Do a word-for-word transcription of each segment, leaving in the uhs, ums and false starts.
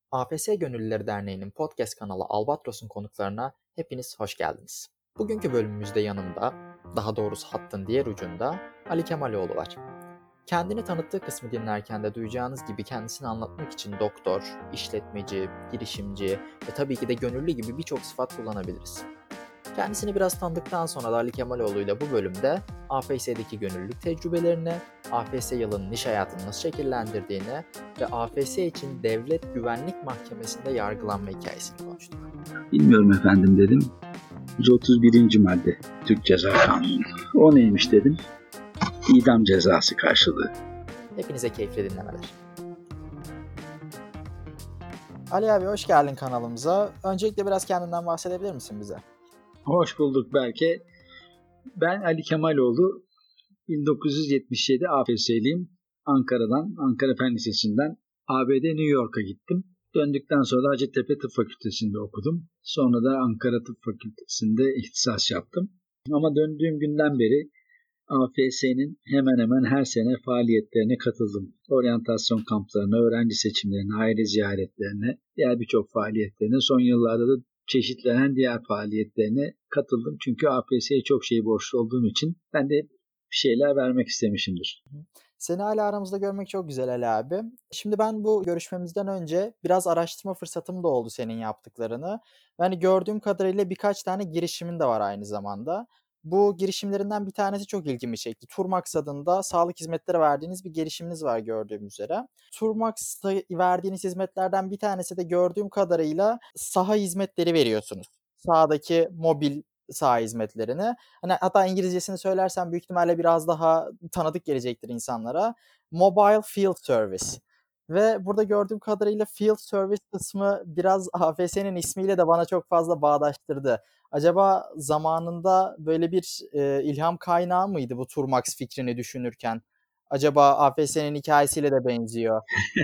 A F S Gönüllüleri Derneği'nin podcast kanalı Albatros'un konuklarına hepiniz hoş geldiniz. Bugünkü bölümümüzde yanımda, daha doğrusu hattın diğer ucunda Ali Kemaloğlu var. Kendini tanıttığı kısmı dinlerken de duyacağınız gibi kendisini anlatmak için doktor, işletmeci, girişimci ve tabii ki de gönüllü gibi birçok sıfat kullanabiliriz. Kendisini biraz tanıdıktan sonra da Ali Kemaloğlu ile bu bölümde A F S'deki gönüllülük tecrübelerini, A F S yılının iş hayatını nasıl şekillendirdiğini ve A F S için Devlet Güvenlik Mahkemesi'nde yargılanma hikayesini konuştuk. Bilmiyorum efendim dedim. yüz otuz birinci madde Türk Ceza Kanunu. O neymiş dedim. İdam cezası karşılığı. Hepinize keyifli dinlemeler. Ali abi hoş geldin kanalımıza. Öncelikle biraz kendinden bahsedebilir misin bize? Hoş bulduk belki. Ben Ali Kemaloğlu, bin dokuz yüz yetmiş yedi A F S'liyim. Ankara'dan, Ankara Fen Lisesi'nden A B D New York'a gittim. Döndükten sonra da Hacettepe Tıp Fakültesi'nde okudum. Sonra da Ankara Tıp Fakültesi'nde ihtisas yaptım. Ama döndüğüm günden beri A F S'nin hemen hemen her sene faaliyetlerine katıldım. Oryantasyon kamplarına, öğrenci seçimlerine, aile ziyaretlerine, diğer birçok faaliyetlerine, son yıllarda da çeşitlenen diğer faaliyetlerine katıldım. Çünkü A F S'ye çok şey borçlu olduğum için ben de bir şeyler vermek istemişimdir. Seni hala aramızda görmek çok güzel Ali abi. Şimdi ben bu görüşmemizden önce biraz araştırma fırsatım da oldu senin yaptıklarını. Yani gördüğüm kadarıyla birkaç tane girişimin de var aynı zamanda. Bu girişimlerinden bir tanesi çok ilgimi çekti. Turmax adında sağlık hizmetleri verdiğiniz bir girişiminiz var gördüğüm üzere. Turmax'ta verdiğiniz hizmetlerden bir tanesi de gördüğüm kadarıyla saha hizmetleri veriyorsunuz. Sahadaki mobil saha hizmetlerini. Hani hatta İngilizcesini söylersem büyük ihtimalle biraz daha tanıdık gelecektir insanlara. Mobile Field Service. Ve burada gördüğüm kadarıyla Field Service kısmı biraz A F S'nin ismiyle de bana çok fazla bağdaştırdı. Acaba zamanında böyle bir e, ilham kaynağı mıydı bu Turmax fikrini düşünürken? Acaba A F S'nin hikayesiyle de benziyor.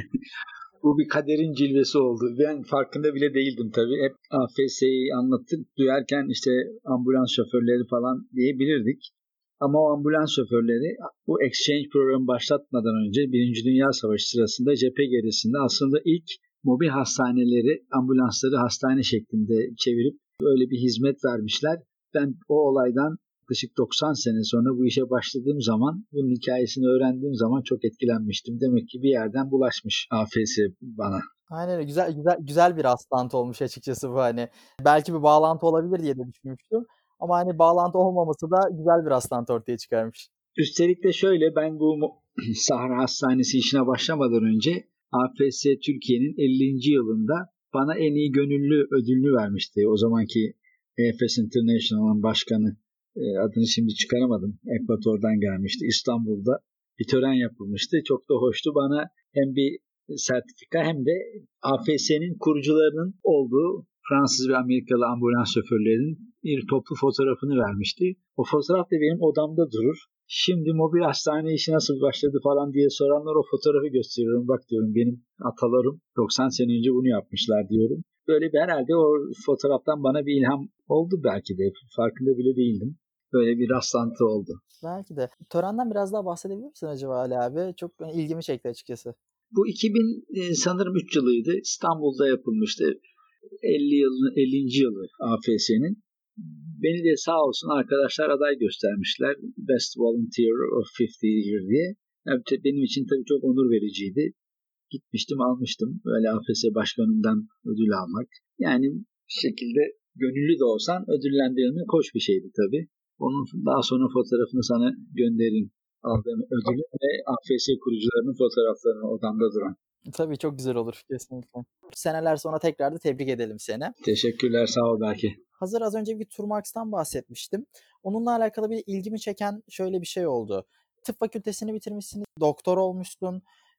Bu bir kaderin cilvesi oldu. Ben farkında bile değildim tabii. Hep A F S'yi anlattık. Duyarken işte ambulans şoförleri falan diyebilirdik. Ama o ambulans şoförleri bu exchange programı başlatmadan önce Birinci Dünya Savaşı sırasında cephe gerisinde aslında ilk mobil hastaneleri, ambulansları hastane şeklinde çevirip öyle bir hizmet vermişler. Ben o olaydan yaklaşık doksan sene sonra bu işe başladığım zaman, bunun hikayesini öğrendiğim zaman çok etkilenmiştim. Demek ki bir yerden bulaşmış A F S bana. Aynen öyle. Güzel güzel güzel bir rastlantı olmuş açıkçası bu hani. Belki bir bağlantı olabilir diye de düşünmüştüm. Ama hani bağlantı olmaması da güzel bir rastlantı ortaya çıkarmış. Üstelik de şöyle, ben bu Sahra Hastanesi işine başlamadan önce A F S Türkiye'nin ellinci yılında bana en iyi gönüllü ödülünü vermişti. O zamanki E F S International'ın başkanı, adını şimdi çıkaramadım. Ekvator'dan gelmişti. İstanbul'da bir tören yapılmıştı. Çok da hoştu. Bana hem bir sertifika hem de A F S'nin kurucularının olduğu Fransız ve Amerikalı ambulans şoförlerinin bir toplu fotoğrafını vermişti. O fotoğraf da benim odamda durur. Şimdi mobil hastane işi nasıl başladı falan diye soranlar o fotoğrafı gösteriyorum. Bak diyorum, benim atalarım doksan sene önce bunu yapmışlar diyorum. Böyle bir, herhalde o fotoğraftan bana bir ilham oldu belki de. Farkında bile değildim. Böyle bir rastlantı oldu. Belki de. Törenden biraz daha bahsedebilir misin acaba Ali abi? Çok ilgimi çekti açıkçası. Bu iki bin sanırım üç yılıydı. İstanbul'da yapılmıştı. elli yılın ellinci yılı A F S'nin. Beni de sağ olsun arkadaşlar aday göstermişler. Best Volunteer of fifty Year diye. Yani benim için tabii çok onur vericiydi. Gitmiştim, almıştım. Böyle A F S başkanından ödül almak. Yani bir şekilde gönüllü de olsan ödüllendirilmek hoş bir şeydi tabii. Onun daha sonra fotoğrafını sana göndereyim. Aldığım ödülü ve A F S kurucularının fotoğraflarını odamda duran. Tabii çok güzel olur kesinlikle. Seneler sonra tekrar da tebrik edelim seni. Teşekkürler, sağ ol belki. Hazır az önce bir Turmax'tan bahsetmiştim. Onunla alakalı bir ilgimi çeken şöyle bir şey oldu. Tıp fakültesini bitirmişsiniz, doktor olmuşsun.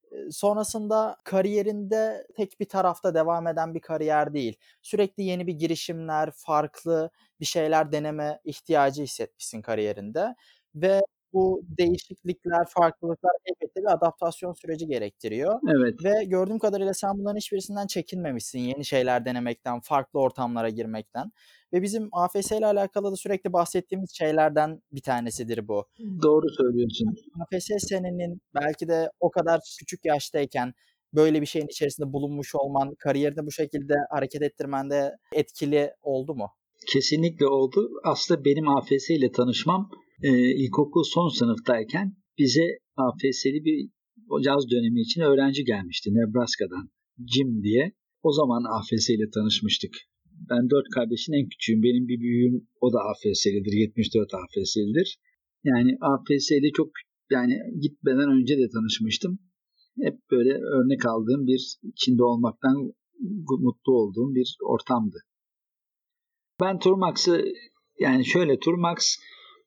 Sonrasında kariyerinde tek bir tarafta devam eden bir kariyer değil. Sürekli yeni bir girişimler, farklı bir şeyler deneme ihtiyacı hissetmişsin kariyerinde. Ve bu değişiklikler, farklılıklar elbette bir adaptasyon süreci gerektiriyor. Evet. Ve gördüğüm kadarıyla sen bunların hiçbirisinden çekinmemişsin. Yeni şeyler denemekten, farklı ortamlara girmekten. Ve bizim A F S ile alakalı da sürekli bahsettiğimiz şeylerden bir tanesidir bu. Doğru söylüyorsun. A F S seninin belki de o kadar küçük yaştayken böyle bir şeyin içerisinde bulunmuş olman, kariyerini bu şekilde hareket ettirmende etkili oldu mu? Kesinlikle oldu. Aslında benim A F S ile tanışmam e, ilkokul son sınıftayken bize A F S'li bir yaz dönemi için öğrenci gelmişti Nebraska'dan. Jim diye. O zaman A F S ile tanışmıştık. Ben dört kardeşin en küçüğüm. Benim bir büyüğüm o da A F S'lidir. yetmiş dört A F S'lidir. Yani A F S ile çok yani gitmeden önce de tanışmıştım. Hep böyle örnek aldığım bir içinde olmaktan mutlu olduğum bir ortamdı. Ben Turmax'ı yani şöyle Turmax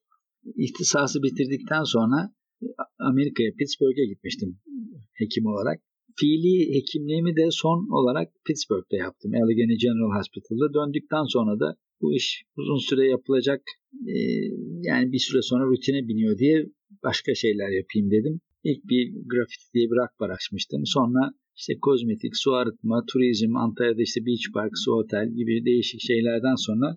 ihtisası bitirdikten sonra Amerika'ya, Pittsburgh'e gitmiştim hekim olarak. Fiili hekimliğimi de son olarak Pittsburgh'te yaptım. Allegheny General Hospital'da. Döndükten sonra da bu iş uzun süre yapılacak e, yani bir süre sonra rutine biniyor diye başka şeyler yapayım dedim. İlk bir grafiti diye bir akbar açmıştım. Sonra işte kozmetik, su arıtma, turizm, Antalya'da işte Beach Park, su otel gibi değişik şeylerden sonra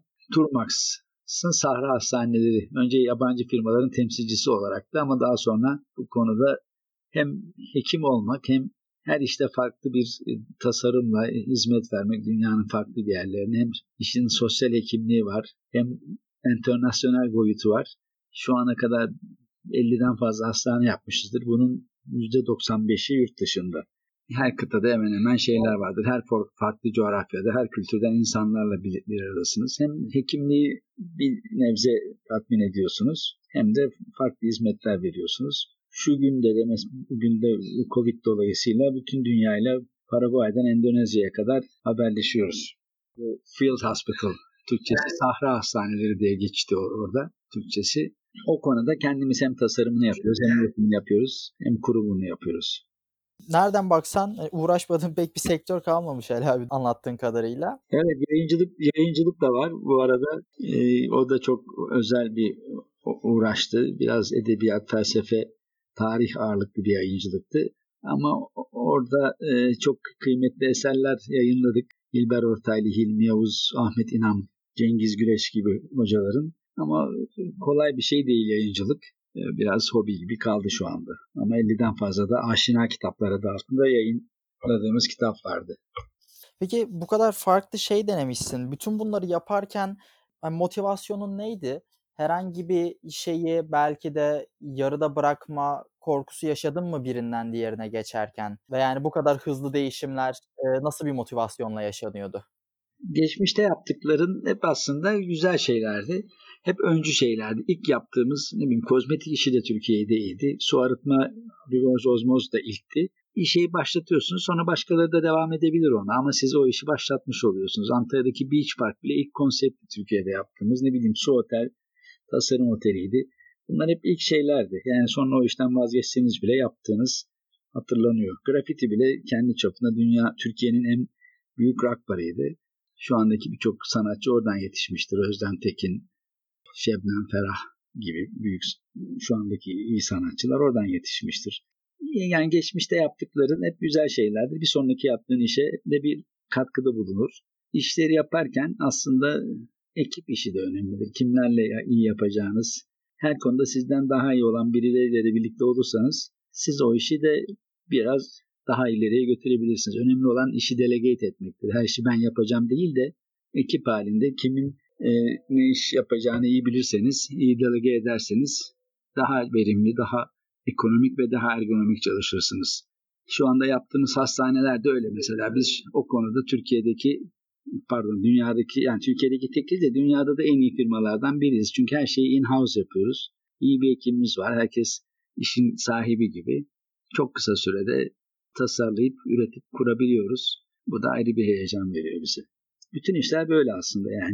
Turmax'ın Sahra Hastaneleri önce yabancı firmaların temsilcisi olaraktı ama daha sonra bu konuda hem hekim olmak hem her işte farklı bir tasarımla hizmet vermek dünyanın farklı bir yerlerine hem işin sosyal hekimliği var hem internasyonel boyutu var. Şu ana kadar elliden fazla hastane yapmışızdır. Bunun yüzde doksan beşi yurt dışında. Her kıtada hemen hemen şeyler vardır. Her farklı coğrafyada, her kültürden insanlarla bir, bir aradasınız. Hem hekimliği bir nebze tatmin ediyorsunuz hem de farklı hizmetler veriyorsunuz. Şu günde de mesela bugün de Covid dolayısıyla bütün dünyayla Paraguay'dan Endonezya'ya kadar haberleşiyoruz. Field Hospital, Türkçesi Sahra Hastaneleri diye geçti orada Türkçesi. O konuda kendimiz hem tasarımını yapıyoruz hem üretimini yapıyoruz hem kurumunu yapıyoruz. Nereden baksan uğraşmadığın pek bir sektör kalmamış Ali abi anlattığın kadarıyla. Evet, yayıncılık yayıncılık da var bu arada. E, o da çok özel bir uğraştı. Biraz edebiyat, felsefe, tarih ağırlıklı bir yayıncılıktı. Ama orada e, çok kıymetli eserler yayınladık. İlber Ortaylı, Hilmi Yavuz, Ahmet İnam, Cengiz Güreş gibi hocaların. Ama kolay bir şey değil yayıncılık. Biraz hobi gibi kaldı şu anda. Ama elliden fazla da aşina kitaplara da altında yayınladığımız kitap vardı. Peki bu kadar farklı şey denemişsin. Bütün bunları yaparken yani motivasyonun neydi? Herhangi bir şeyi belki de yarıda bırakma korkusu yaşadın mı birinden diğerine geçerken? Ve yani bu kadar hızlı değişimler e, nasıl bir motivasyonla yaşanıyordu? Geçmişte yaptıkların hep aslında güzel şeylerdi. Hep öncü şeylerdi. İlk yaptığımız ne bileyim kozmetik işi de Türkiye'de iyiydi. Su arıtma, reverse ozmoz da ilkti. İşi başlatıyorsunuz sonra başkaları da devam edebilir ona ama siz o işi başlatmış oluyorsunuz. Antalya'daki Beach Park bile ilk konsepti Türkiye'de yaptığımız ne bileyim su otel, tasarım oteliydi. Bunlar hep ilk şeylerdi. Yani sonra o işten vazgeçseniz bile yaptığınız hatırlanıyor. Grafiti bile kendi çapında dünya Türkiye'nin en büyük rock barıydı. Şu andaki birçok sanatçı oradan yetişmiştir. Özden Tekin, Şebnem Ferah gibi büyük şu andaki iyi sanatçılar oradan yetişmiştir. Yani geçmişte yaptıkların hep güzel şeylerdir. Bir sonraki yaptığın işe de bir katkıda bulunur. İşleri yaparken aslında ekip işi de önemlidir. Kimlerle iyi yapacağınız, her konuda sizden daha iyi olan birileriyle de birlikte olursanız siz o işi de biraz daha ileriye götürebilirsiniz. Önemli olan işi delegate etmektir. Her işi ben yapacağım değil de ekip halinde kimin e, ne iş yapacağını iyi bilirseniz, iyi delege ederseniz daha verimli, daha ekonomik ve daha ergonomik çalışırsınız. Şu anda yaptığımız hastanelerde öyle mesela. Biz o konuda Türkiye'deki pardon dünyadaki yani Türkiye'deki tek değil de dünyada da en iyi firmalardan biriyiz. Çünkü her şeyi in-house yapıyoruz. İyi bir ekibimiz var. Herkes işin sahibi gibi. Çok kısa sürede tasarlayıp, üretip kurabiliyoruz. Bu da ayrı bir heyecan veriyor bize. Bütün işler böyle aslında yani.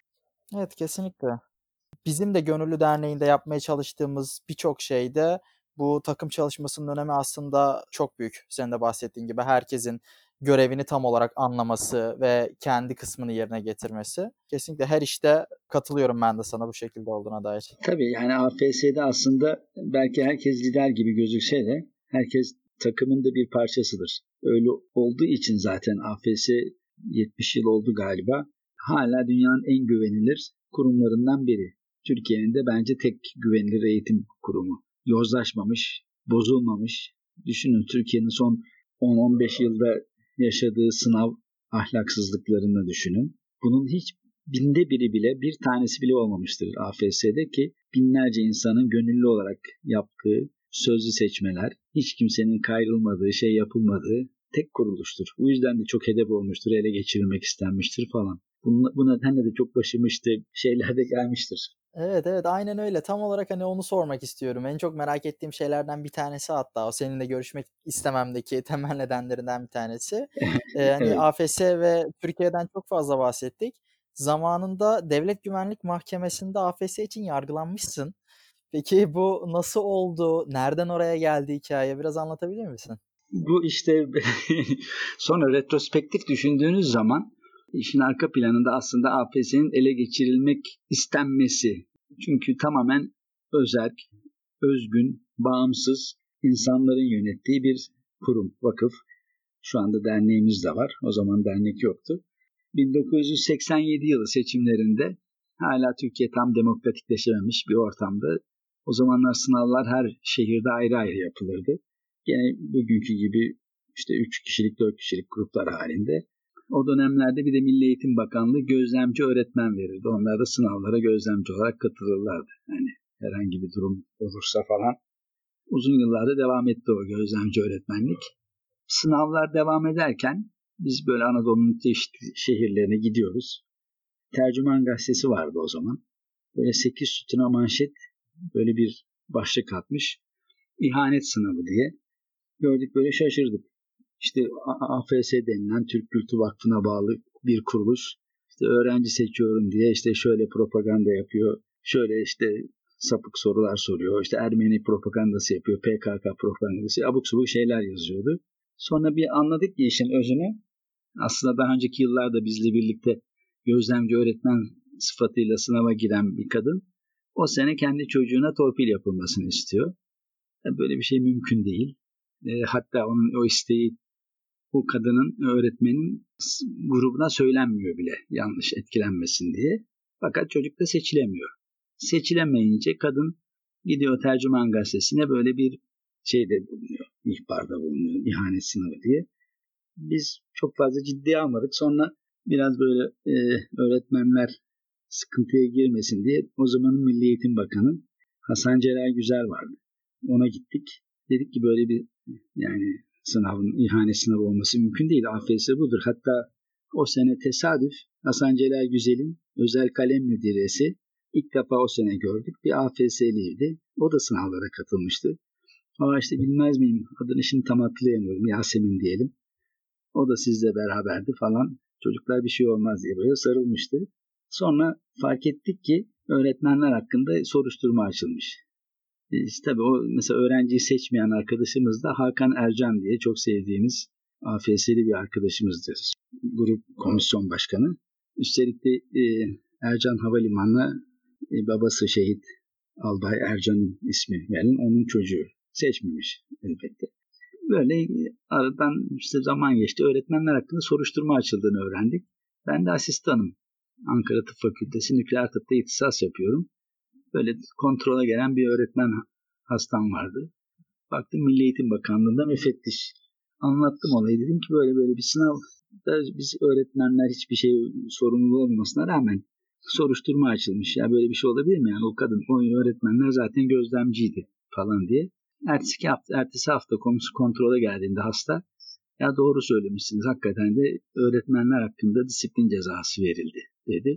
Evet, kesinlikle. Bizim de Gönüllü Derneği'nde yapmaya çalıştığımız birçok şeyde bu takım çalışmasının önemi aslında çok büyük. Senin de bahsettiğin gibi herkesin görevini tam olarak anlaması ve kendi kısmını yerine getirmesi. Kesinlikle her işte katılıyorum ben de sana bu şekilde olduğuna dair. Tabii yani A F S'de aslında belki herkes lider gibi gözükse de herkes takımın da bir parçasıdır. Öyle olduğu için zaten A F S yetmiş yıl oldu galiba. Hala dünyanın en güvenilir kurumlarından biri. Türkiye'nin de bence tek güvenilir eğitim kurumu. Yozlaşmamış, bozulmamış. Düşünün Türkiye'nin son on on beş yılda yaşadığı sınav ahlaksızlıklarını düşünün. Bunun hiç binde biri bile, bir tanesi bile olmamıştır A F S'de ki binlerce insanın gönüllü olarak yaptığı sözlü seçmeler, hiç kimsenin kayrılmadığı, şey yapılmadığı tek kuruluştur. Bu yüzden de çok hedef olmuştur, ele geçirilmek istenmiştir falan. Buna, buna hani de çok başımıştı, şeyler de gelmiştir. Evet, evet, aynen öyle. Tam olarak hani onu sormak istiyorum. En çok merak ettiğim şeylerden bir tanesi hatta o seninle görüşmek istememdeki temel nedenlerinden bir tanesi. Eee, hani Evet. A F S ve Türkiye'den çok fazla bahsettik. Zamanında Devlet Güvenlik Mahkemesi'nde A F S için yargılanmışsın. Peki bu nasıl oldu? Nereden oraya geldi hikaye? Biraz anlatabilir misin? Bu işte sonra retrospektif düşündüğünüz zaman işin arka planında aslında A F S'nin ele geçirilmek istenmesi. Çünkü tamamen özerk, özgün, bağımsız insanların yönettiği bir kurum, vakıf. Şu anda derneğimiz de var. O zaman dernek yoktu. bin dokuz yüz seksen yedi yılı seçimlerinde hala Türkiye tam demokratikleşememiş bir ortamda. O zamanlar sınavlar her şehirde ayrı ayrı yapılırdı. Gene bugünkü gibi işte üç kişilik, dört kişilik gruplar halinde. O dönemlerde bir de Milli Eğitim Bakanlığı gözlemci öğretmen verirdi. Onlar da sınavlara gözlemci olarak katılırlardı. Yani herhangi bir durum olursa falan. Uzun yıllarda devam etti o gözlemci öğretmenlik. Sınavlar devam ederken biz böyle Anadolu'nun çeşitli şehirlerine gidiyoruz. Tercüman gazetesi vardı o zaman. Böyle sekiz sütuna manşet böyle bir başlık atmış. İhanet sınavı diye. Gördük, böyle şaşırdık. İşte A F S denilen Türk Kültür Vakfı'na bağlı bir kuruluş. İşte öğrenci seçiyorum diye işte şöyle propaganda yapıyor. Şöyle işte sapık sorular soruyor. İşte Ermeni propagandası yapıyor. P K K propagandası. Abuk subuk şeyler yazıyordu. Sonra bir anladık ki işin özünü. Aslında daha önceki yıllarda bizle birlikte gözlemci öğretmen sıfatıyla sınava giren bir kadın o sene kendi çocuğuna torpil yapılmasını istiyor. Böyle bir şey mümkün değil. E, hatta onun o isteği o kadının, öğretmenin grubuna söylenmiyor bile yanlış etkilenmesin diye. Fakat çocuk da seçilemiyor. Seçilemeyince kadın gidiyor Tercüman Gazetesi'ne böyle bir şeyde bulunuyor, ihbarda bulunuyor, ihanet sınavı diye. Biz çok fazla ciddiye almadık. Sonra biraz böyle e, öğretmenler sıkıntıya girmesin diye o zamanın Milli Eğitim Bakanı Hasan Celal Güzel vardı. Ona gittik. Dedik ki böyle bir yani sınavın ihanet sınavı olması mümkün değil. A F S budur. Hatta o sene tesadüf Hasan Celal Güzel'in özel kalem müdiresi ilk defa o sene gördük. Bir A F S'liydi. O da sınavlara katılmıştı. Ama işte bilmez miyim adını şimdi tam hatırlayamıyorum. Yasemin diyelim. O da sizle beraberdi falan. Çocuklar bir şey olmaz diye böyle sarılmıştı. Sonra fark ettik ki öğretmenler hakkında soruşturma açılmış. İşte tabii o mesela öğrenciyi seçmeyen arkadaşımız da Hakan Ercan diye çok sevdiğimiz A F S'li bir arkadaşımızdır. Grup komisyon başkanı. Üstelik de e, Ercan Havalimanı'na e, babası şehit Albay Ercan'ın ismi veren onun çocuğu seçmemiş elbette. Böyle aradan işte zaman geçti. Öğretmenler hakkında soruşturma açıldığını öğrendik. Ben de asistanım. Ankara Tıp Fakültesi Nükleer Tıp'ta ihtisas yapıyorum. Böyle kontrola gelen bir öğretmen hastam vardı. Baktım Milli Eğitim Bakanlığı'nda müfettiş. Anlattım olayı. Dedim ki böyle böyle bir sınavda biz öğretmenler hiçbir şey sorumlu olmasına rağmen soruşturma açılmış. Ya böyle bir şey olabilir mi? Yani o kadın, o öğretmenler zaten gözlemciydi falan diye. Ertesi hafta, ertesi hafta kontrole geldiğinde hasta, ya doğru söylemişsiniz, hakikaten de öğretmenler hakkında disiplin cezası verildi dedi.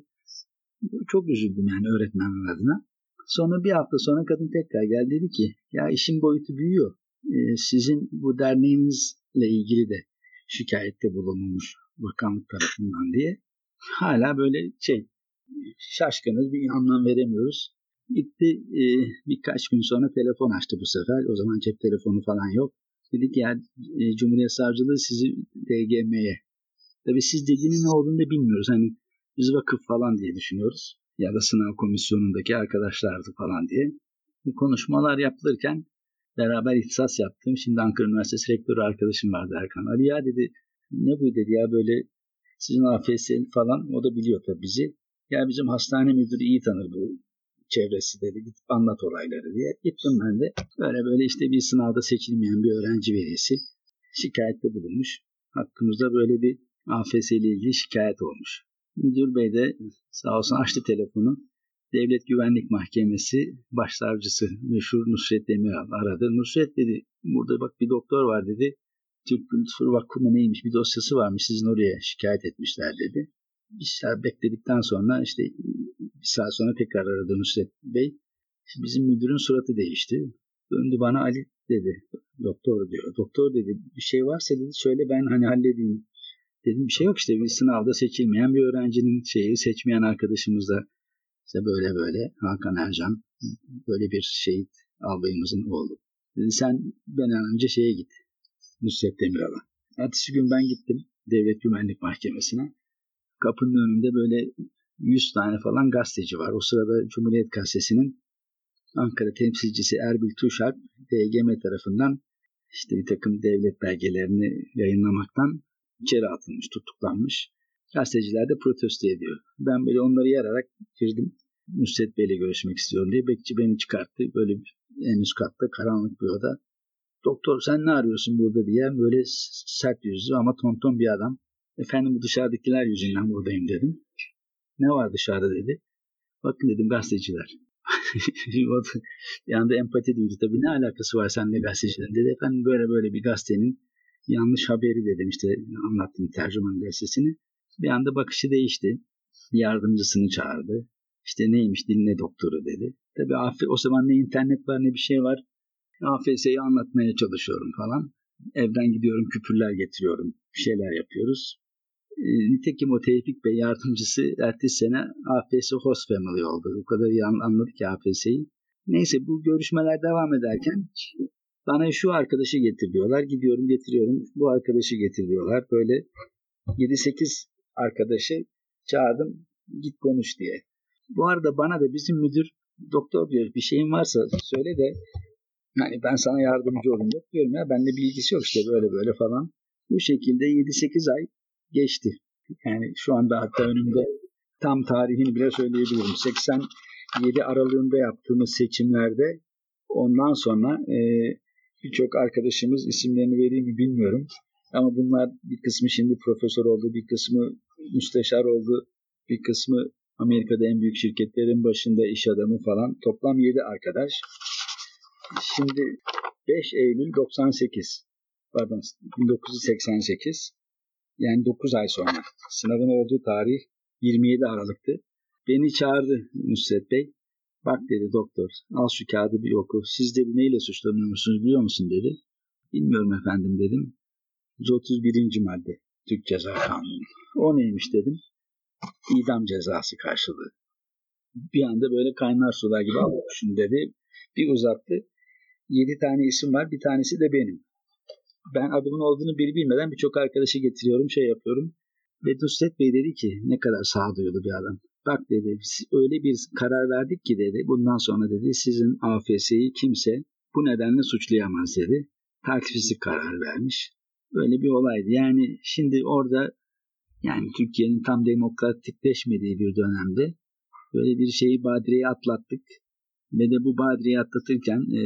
Çok üzüldüm yani öğretmenler adına. Sonra bir hafta sonra kadın tekrar geldi, dedi ki ya işin boyutu büyüyor. Ee, sizin bu derneğinizle ilgili de şikayette bulunmuş bakanlık tarafından diye. Hala böyle şey şaşkınız, bir anlam veremiyoruz. Gitti e, birkaç gün sonra telefon açtı bu sefer. O zaman cep telefonu falan yok. Dedi ki ya e, Cumhuriyet Savcılığı sizi D G M'ye. Tabii siz dediğinin ne olduğunu da bilmiyoruz. Hani biz vakıf falan diye düşünüyoruz. Ya da sınav komisyonundaki arkadaşlardı falan diye. Bu konuşmalar yapılırken beraber ihtisas yaptığım, şimdi Ankara Üniversitesi rektörü arkadaşım vardı, Erkan. Ali ya dedi, ne bu dedi ya böyle sizin A F S falan, o da biliyor tabii bizi. Ya bizim hastane müdürü iyi tanır bu çevresi dedi. Gidip anlat olayları diye. Gittim ben de. Böyle böyle işte bir sınavda seçilmeyen bir öğrenci velisi. şikayette bulunmuş. Hakkımızda böyle bir A F S ile ilgili şikayet olmuş. Müdür bey de sağ olsun açtı telefonu. Devlet Güvenlik Mahkemesi başsavcısı meşhur Nusret Demiral aradı. Nusret dedi, burada bak bir doktor var dedi. Türk Kültür Vakfı neymiş bir dosyası varmış, sizin oraya şikayet etmişler dedi. Bir saat bekledikten sonra işte bir saat sonra tekrar aradı Nusret Bey. Bizim müdürün suratı değişti. Döndü bana, Ali dedi. Doktor diyor. Doktor dedi, bir şey varsa dedi söyle, ben hani halledeyim. Dedim bir şey yok işte, bir sınavda seçilmeyen bir öğrencinin şeyi, seçmeyen arkadaşımız da işte böyle böyle Hakan Ercan, böyle bir şehit albayımızın oğlu. Dedi sen benden önce şeye git, Nusret Demiral'a. Ertesi gün ben gittim Devlet Güvenlik Mahkemesi'ne. Kapının önünde böyle yüz tane falan gazeteci var. O sırada Cumhuriyet Gazetesi'nin Ankara temsilcisi Erbil Tuşalp D G M tarafından işte bir takım devlet belgelerini yayınlamaktan içeri atılmış, tutuklanmış. Gazeteciler de protesto ediyor. Ben böyle onları yararak girdim. Nusret Bey'le görüşmek istiyorum diye. Bekçi beni çıkarttı. Böyle en üst katta karanlık bir oda. Doktor sen ne arıyorsun burada diye, böyle sert yüzlü ama tonton bir adam. Efendim bu dışarıdakiler yüzünden buradayım dedim. Ne var dışarıda dedi. Bakın dedim, gazeteciler. Bir anda empati duydu tabii, ne alakası var seninle gazetecilerin dedi. Efendim böyle böyle bir gazetenin yanlış haberi dedim, işte anlattım tercüman gazetesini. Bir anda bakışı değişti. Yardımcısını çağırdı. İşte neymiş, dinle doktoru dedi. Tabii o zaman ne internet var ne bir şey var. A F S'yi anlatmaya çalışıyorum falan. Evden gidiyorum, küpürler getiriyorum. Bir şeyler yapıyoruz. E, nitekim o Tevfik Bey yardımcısı ertesi sene A F S Host Family oldu. O kadar iyi anladık ki A F S'yi. Neyse bu görüşmeler devam ederken bana şu arkadaşı getir diyorlar. Gidiyorum getiriyorum. Bu arkadaşı getir diyorlar. Böyle yedi sekiz arkadaşı çağırdım, git konuş diye. Bu arada bana da bizim müdür, doktor diyor, bir şeyin varsa söyle de yani ben sana yardımcı olayım. Yok diyorum ya, bende bilgisi yok işte, böyle böyle falan. Bu şekilde yedi sekiz ay geçti. Yani şu anda hatta önümde tam tarihini bile söyleyebilirim. seksen yedi aralığında yaptığımız seçimlerde ondan sonra e, birçok arkadaşımız, isimlerini vereyim mi bilmiyorum. Ama bunlar bir kısmı şimdi profesör oldu, bir kısmı müsteşar oldu, bir kısmı Amerika'da en büyük şirketlerin başında iş adamı falan. Toplam yedi arkadaş. Şimdi beş Eylül doksan sekiz, pardon bin dokuz yüz seksen sekiz, yani dokuz ay sonra, sınavın olduğu tarih yirmi yedi Aralık'tı. Beni çağırdı Nusret Bey. Bak dedi doktor, al şu kağıdı bir oku. Siz dedi neyle suçlanıyor musunuz biliyor musun dedi. Bilmiyorum efendim dedim. yüz otuz birinci madde Türk Ceza Kanunu. O neymiş dedim. İdam cezası karşılığı. Bir anda böyle kaynar sular gibi almışım dedi. Bir uzattı. Yedi tane isim var. Bir tanesi de benim. Ben adımın olduğunu biri bilmeden birçok arkadaşı getiriyorum, şey yapıyorum. Ve Nusret Bey dedi ki, ne kadar sağduyulu bir adam. Bak dedi, öyle bir karar verdik ki dedi, bundan sonra dedi sizin A F S'yi kimse bu nedenle suçlayamaz dedi. Takipsizlik kararı vermiş. Böyle bir olaydı. Yani şimdi orada, yani Türkiye'nin tam demokratikleşmediği bir dönemde böyle bir şeyi, badireyi atlattık. Ve de bu badireyi atlatırken e,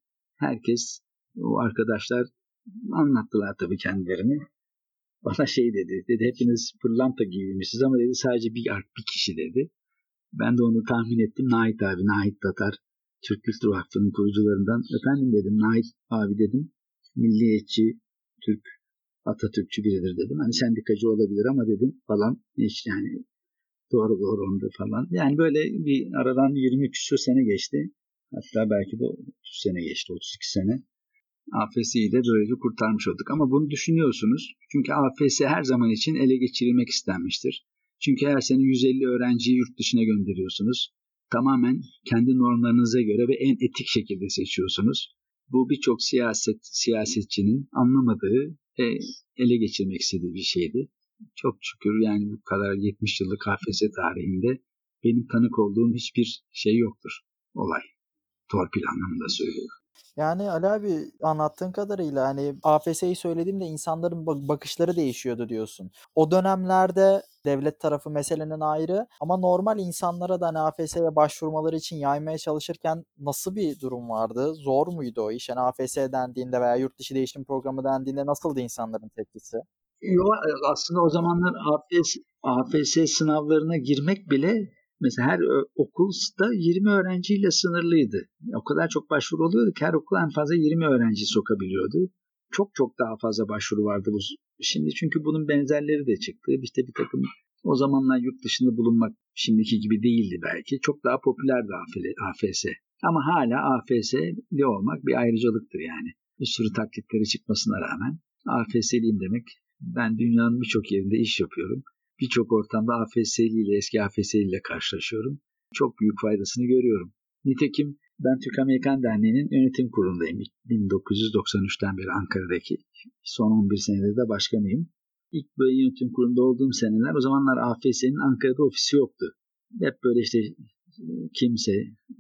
herkes, o arkadaşlar anlattılar tabii kendilerini. Bana şey dedi, dedi hepiniz pırlanta gibiymişsiniz ama dedi sadece bir, bir kişi dedi. Ben de onu tahmin ettim. Nait abi, Nait Tatar, Türk Kültür Vakfı'nın kurucularından. Efendim dedim, Nait abi dedim, milliyetçi, Türk, Atatürkçü biridir dedim. Hani sendikacı olabilir ama dedim falan, hiç yani doğru doğru onda falan. Yani böyle bir aradan yirmi küsur sene geçti. Hatta belki de otuz sene geçti, otuz iki sene. A F S'yi de böylece kurtarmış olduk. Ama bunu düşünüyorsunuz. Çünkü A F S her zaman için ele geçirilmek istenmiştir. Çünkü her sene yüz elli öğrenciyi yurt dışına gönderiyorsunuz. Tamamen kendi normlarınıza göre ve en etik şekilde seçiyorsunuz. Bu birçok siyaset siyasetçinin anlamadığı ve ele geçirmek istediği bir şeydi. Çok şükür yani bu kadar yetmiş yıllık A F S tarihinde benim tanık olduğum hiçbir şey yoktur. Olay. Torpil anlamında söylüyorum. Yani Ali abi, anlattığın kadarıyla hani A F S'yi söylediğimde insanların bakışları değişiyordu diyorsun. O dönemlerde Devlet tarafı meselenin ayrı ama normal insanlara da hani A F S'ye başvurmaları için yaymaya çalışırken nasıl bir durum vardı? Zor muydu o iş? Hani A F S dendiğinde veya yurt dışı değişim programı dendiğinde nasıldı insanların tepkisi? Yo, aslında o zamanlar AFS, A F S sınavlarına girmek bile mesela her ö- okulda yirmi öğrenciyle sınırlıydı. O kadar çok başvuru oluyordu ki her okul en fazla yirmi öğrenci sokabiliyordu. Çok çok daha fazla başvuru vardı bu. Şimdi çünkü bunun benzerleri de çıktı. İşte bir takım o zamanlar yurt dışında bulunmak şimdiki gibi değildi belki. Çok daha popülerdi A F S. Ama hala A F S'li olmak bir ayrıcalıktır yani. Bir sürü taklitleri çıkmasına rağmen A F S'liyim demek. Ben dünyanın birçok yerinde iş yapıyorum. Birçok ortamda A F S'li ile eski A F S'li ile karşılaşıyorum. Çok büyük faydasını görüyorum. Nitekim ben Türk Amerikan Derneği'nin yönetim kurulundayım. bin dokuz yüz doksan üçten beri Ankara'daki. Son on bir senedir de başkanıyım. İlk böyle yönetim kurulunda olduğum seneler o zamanlar A F S'nin Ankara'da ofisi yoktu. Hep böyle işte kimse,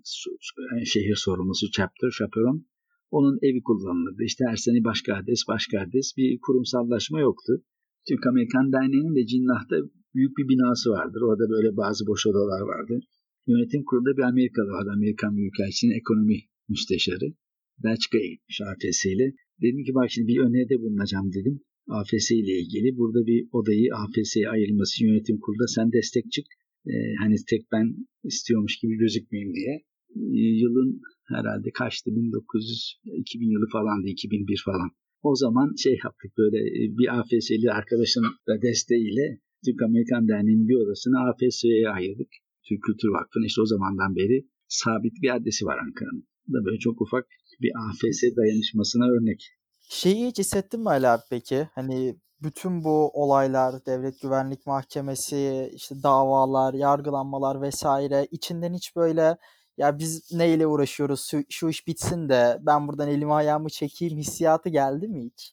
şehir sorumlusu, chapter, chaperon, onun evi kullanılırdı. İşte her sene başka adres, başka adres. Bir kurumsallaşma yoktu. Türk Amerikan Derneği'nin de Cinnah'ta büyük bir binası vardır. Orada böyle bazı boş odalar vardı. Yönetim kurulunda bir Amerikalı vardı. Amerikan Büyükelçisi'nin ekonomi müsteşarı. Belçika'ya gitmiş A F S ile. Dedim ki bak şimdi bir öneride bulunacağım dedim. A F S ile ilgili. Burada bir odayı A F S'ye ayrılması yönetim kurulunda sen destek çık. Ee, hani tek ben istiyormuş gibi gözükmeyeyim diye. Ee, yılın herhalde kaçtı? bin dokuz yüz, iki bin yılı falandı. iki bin bir falan. O zaman şey yaptık böyle bir A F S'li arkadaşın da desteğiyle Türk Amerikan Derneği'nin bir odasını A F S'ye ayırdık. Türk Kültür Vakfı'nın işte o zamandan beri sabit bir adresi var Ankara'nın. Bu da böyle çok ufak bir A F S dayanışmasına örnek. Şeyi hiç hissettin mi Ali abi peki? Hani bütün bu olaylar, Devlet Güvenlik Mahkemesi, işte davalar, yargılanmalar vesaire içinden hiç böyle ya biz neyle uğraşıyoruz şu, şu iş bitsin de ben buradan elimi ayağımı çekeyim hissiyatı geldi mi hiç?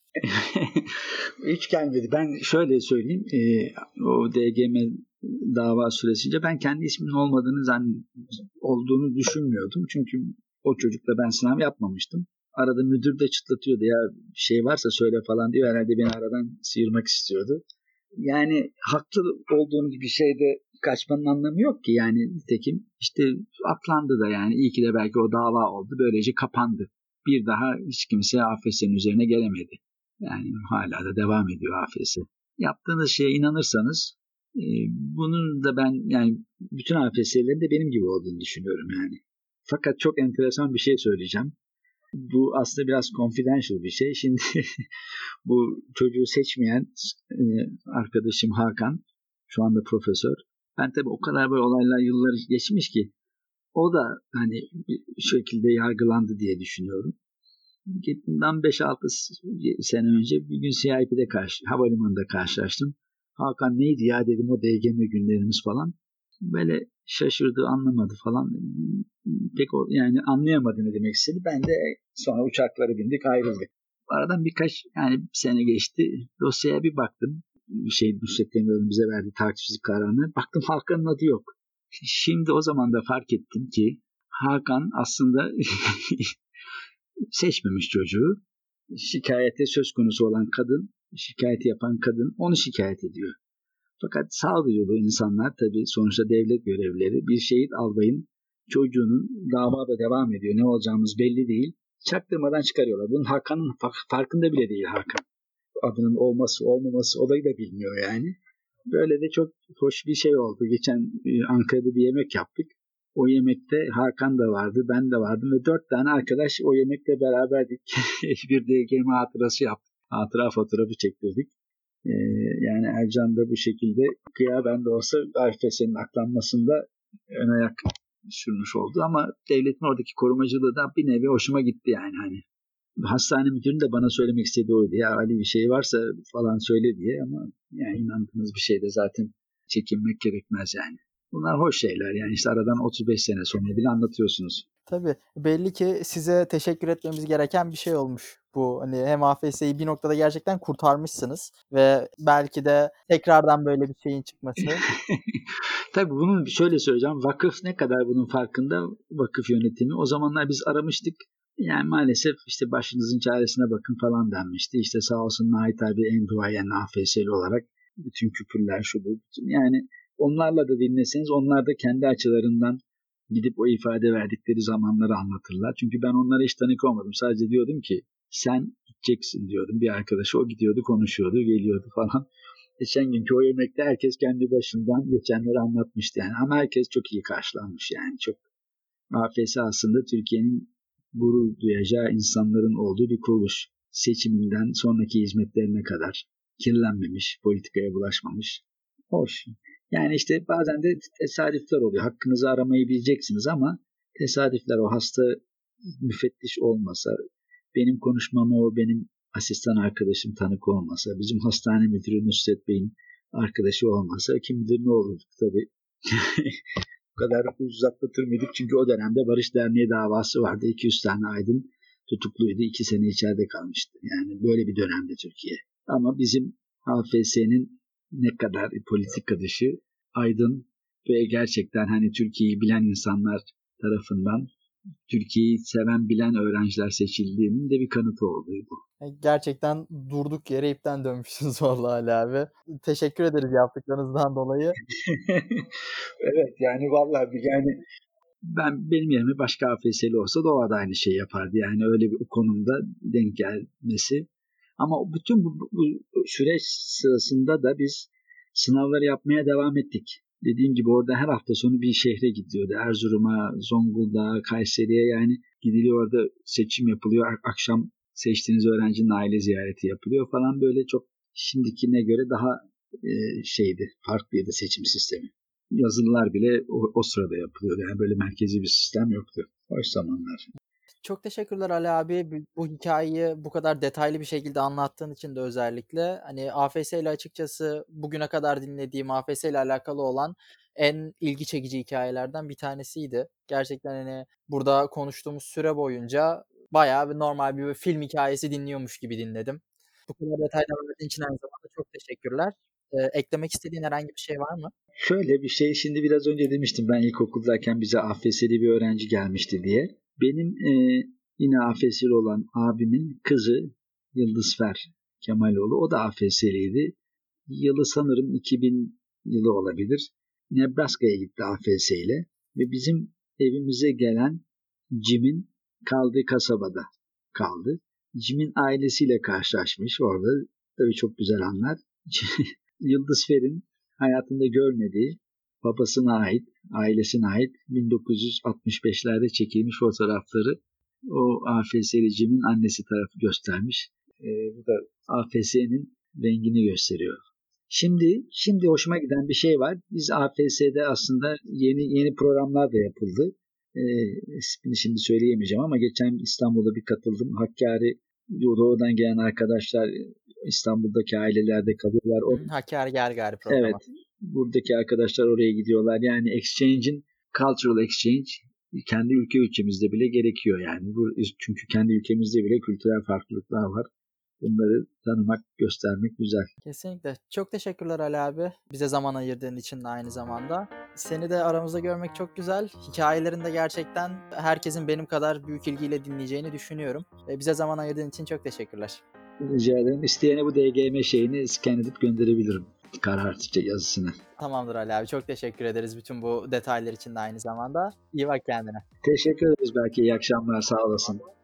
Hiç gelmedi. Ben şöyle söyleyeyim. E, o D G M dava süresince ben kendi ismimin olmadığını zann olduğunu düşünmüyordum. Çünkü o çocukla ben sınav yapmamıştım. Arada müdür de çıtlatıyordu ya bir şey varsa söyle falan diyor. Herhalde beni aradan sıyırmak istiyordu. Yani haklı olduğum bir şeyde kaçmanın anlamı yok ki. Yani nitekim işte atlandı da yani iyi ki de belki o dava oldu. Böylece kapandı. Bir daha hiç kimse A F S'nin üzerine gelemedi. Yani hala da devam ediyor A F S. Yaptığınız şeye inanırsanız e, bunun da ben yani bütün A F S'lerin de benim gibi olduğunu düşünüyorum yani. Fakat çok enteresan bir şey söyleyeceğim. Bu aslında biraz confidential bir şey. Şimdi bu çocuğu seçmeyen e, arkadaşım Hakan şu anda profesör. Ben tabii o kadar böyle olaylar yıllar geçmiş ki o da hani bir şekilde yargılandı diye düşünüyorum. Bundan beş altı sene önce bir gün C I P'de karşı, havalimanında karşılaştım. Hakan neydi ya dedim o D G M günlerimiz falan. Böyle şaşırdı, anlamadı falan. Pek o, yani anlayamadı ne demek istedi. Ben de sonra uçaklara bindik ayrıldık. Aradan birkaç yani bir sene geçti. Dosyaya bir baktım. Şey Nusret Demirel'in bize verdiği takipsizlik kararını. Baktım Hakan'ın adı yok. Şimdi o zaman da fark ettim ki Hakan aslında seçmemiş çocuğu. Şikayete söz konusu olan kadın, şikayeti yapan kadın onu şikayet ediyor. Fakat sağduyulu insanlar tabii sonuçta devlet görevlileri bir şehit albayın çocuğunun davada devam ediyor. Ne olacağımız belli değil. Çaktırmadan çıkarıyorlar. Bunun Hakan'ın farkında bile değil Hakan. Adının olması olmaması olayı da bilmiyor yani. Böyle de çok hoş bir şey oldu. Geçen Ankara'da bir yemek yaptık. O yemekte Hakan da vardı, ben de vardım ve dört tane arkadaş o yemekte beraberdik. Bir D G M hatırası yaptık. Hatıra fotoğrafı çektirdik. Ee, yani Ercan da bu şekilde kıya ben de olsa A F S'nin aklanmasında ön ayak sürmüş oldu ama devletin oradaki korumacılığı da bir nevi hoşuma gitti yani hani. Hastane müdürünün de bana söylemek istediği oydu. Ya Ali bir şey varsa falan söyle diye ama yani inandığınız bir şeyde zaten çekinmek gerekmez yani. Bunlar hoş şeyler yani işte aradan otuz beş sene sonra bile anlatıyorsunuz. Tabii belli ki size teşekkür etmemiz gereken bir şey olmuş bu. Hani hem A F S'yi bir noktada gerçekten kurtarmışsınız ve belki de tekrardan böyle bir şeyin çıkması. Tabii bunun şöyle söyleyeceğim. Vakıf ne kadar bunun farkında vakıf yönetimi. O zamanlar biz aramıştık. Yani maalesef işte başınızın çaresine bakın falan denmişti. İşte sağ olsun Nait abi en duayen A F S'li olarak Bütün küfürler şu bu. Bütün, yani onlarla da dinleseniz onlar da kendi açılarından gidip o ifade verdikleri zamanları anlatırlar. Çünkü ben onlara hiç tanık olmadım. Sadece diyordum ki sen gideceksin diyordum. Bir arkadaşı o gidiyordu, konuşuyordu, geliyordu falan. Geçen günkü o yemekte herkes kendi başından geçenleri anlatmıştı yani. Ama herkes çok iyi karşılanmış yani. Çok A F S aslında Türkiye'nin gurur duyacağı insanların olduğu bir kuruluş. Seçiminden sonraki hizmetlerine kadar kirlenmemiş, politikaya bulaşmamış. Hoş. Yani işte bazen de tesadüfler oluyor. Hakkınızı aramayı bileceksiniz ama tesadüfler, o hasta müfettiş olmasa, benim konuşmama o benim asistan arkadaşım tanık olmasa, bizim hastane müdürü Nusret Bey'in arkadaşı olmasa kim bilir ne olurdu tabii. Bu kadar ucuz atlatır mıydık? Çünkü o dönemde Barış Derneği davası vardı. iki yüz tane aydın tutukluydu. iki sene içeride kalmıştı. Yani böyle bir dönemde Türkiye. Ama bizim A F S'nin ne kadar politika dışı, aydın ve gerçekten hani Türkiye'yi bilen insanlar tarafından Türkiye'yi seven, bilen öğrenciler seçildiğinin de bir kanıtı oldu bu. Gerçekten durduk yere ipten dönmüşsünüz vallahi Ali abi. Teşekkür ederiz yaptıklarınızdan dolayı. Evet yani vallahi yani ben benim yerime başka A F S'li olsa da o da aynı şey yapardı. Yani öyle bir konumda denk gelmesi. Ama bütün bu, bu, bu süreç sırasında da biz sınavları yapmaya devam ettik. Dediğim gibi orada her hafta sonu bir şehre gidiyordu. Erzurum'a, Zonguldak'a, Kayseri'ye yani gidiliyor, orada seçim yapılıyor. Akşam seçtiğiniz öğrencinin aile ziyareti yapılıyor falan, böyle çok şimdikine göre daha e, şeydi, farklıydı seçim sistemi. Yazılılar bile o, o sırada yapılıyordu. Yani böyle merkezi bir sistem yoktu. Hoş zamanlar. Çok teşekkürler Ali abi. Bu hikayeyi bu kadar detaylı bir şekilde anlattığın için de özellikle. Hani A F S ile açıkçası bugüne kadar dinlediğim A F S ile alakalı olan en ilgi çekici hikayelerden bir tanesiydi. Gerçekten hani burada konuştuğumuz süre boyunca bayağı bir normal bir film hikayesi dinliyormuş gibi dinledim. Bu kadar detaylı verdiğin için aynı zamanda çok teşekkürler. Ee, eklemek istediğin herhangi bir şey var mı? Şöyle bir şey, şimdi biraz önce demiştim ben ilkokuldayken bize A F S'li bir öğrenci gelmişti diye. Benim e, yine A F S'li olan abimin kızı Yıldızfer Kemaloğlu, o da A F S'liydi. Yılı sanırım iki bin yılı olabilir. Nebraska'ya gitti A F S ile ve bizim evimize gelen Jim'in kaldığı kasabada kaldı. Jim'in ailesiyle karşılaşmış orada. Tabii çok güzel anlar. Yıldızfer'in hayatında görmediği, babasına ait, ailesine ait bin dokuz yüz altmış beşlerde çekilmiş fotoğrafları o A F S'li Jim'in annesi tarafı göstermiş. E, bu da A F S'nin rengini gösteriyor. Şimdi şimdi hoşuma giden bir şey var. Biz A F S'de aslında yeni yeni programlar da yapıldı. E, ismini şimdi söyleyemeyeceğim ama geçen İstanbul'da bir katıldım. Hakkari Doğu'dan gelen arkadaşlar İstanbul'daki ailelerde kalıyorlar. O, Hı, Hakkari Gergari programı. evet, buradaki arkadaşlar oraya gidiyorlar. Yani exchange'in, cultural exchange kendi ülke ülkemizde bile gerekiyor yani. Bu, çünkü kendi ülkemizde bile kültürel farklılıklar var. Bunları tanımak, göstermek güzel. Kesinlikle. Çok teşekkürler Ali abi. Bize zaman ayırdığın için de aynı zamanda. Seni de aramızda görmek çok güzel. Hikayelerini de gerçekten herkesin benim kadar büyük ilgiyle dinleyeceğini düşünüyorum. Ve bize zaman ayırdığın için çok teşekkürler. Rica ederim. İsteyene bu D G M şeyini scan edip gönderebilirim. Karar yazısını. Tamamdır Ali abi. Çok teşekkür ederiz bütün bu detaylar için de aynı zamanda. İyi bak kendine. Teşekkür ederiz belki. İyi akşamlar. Sağ olasın.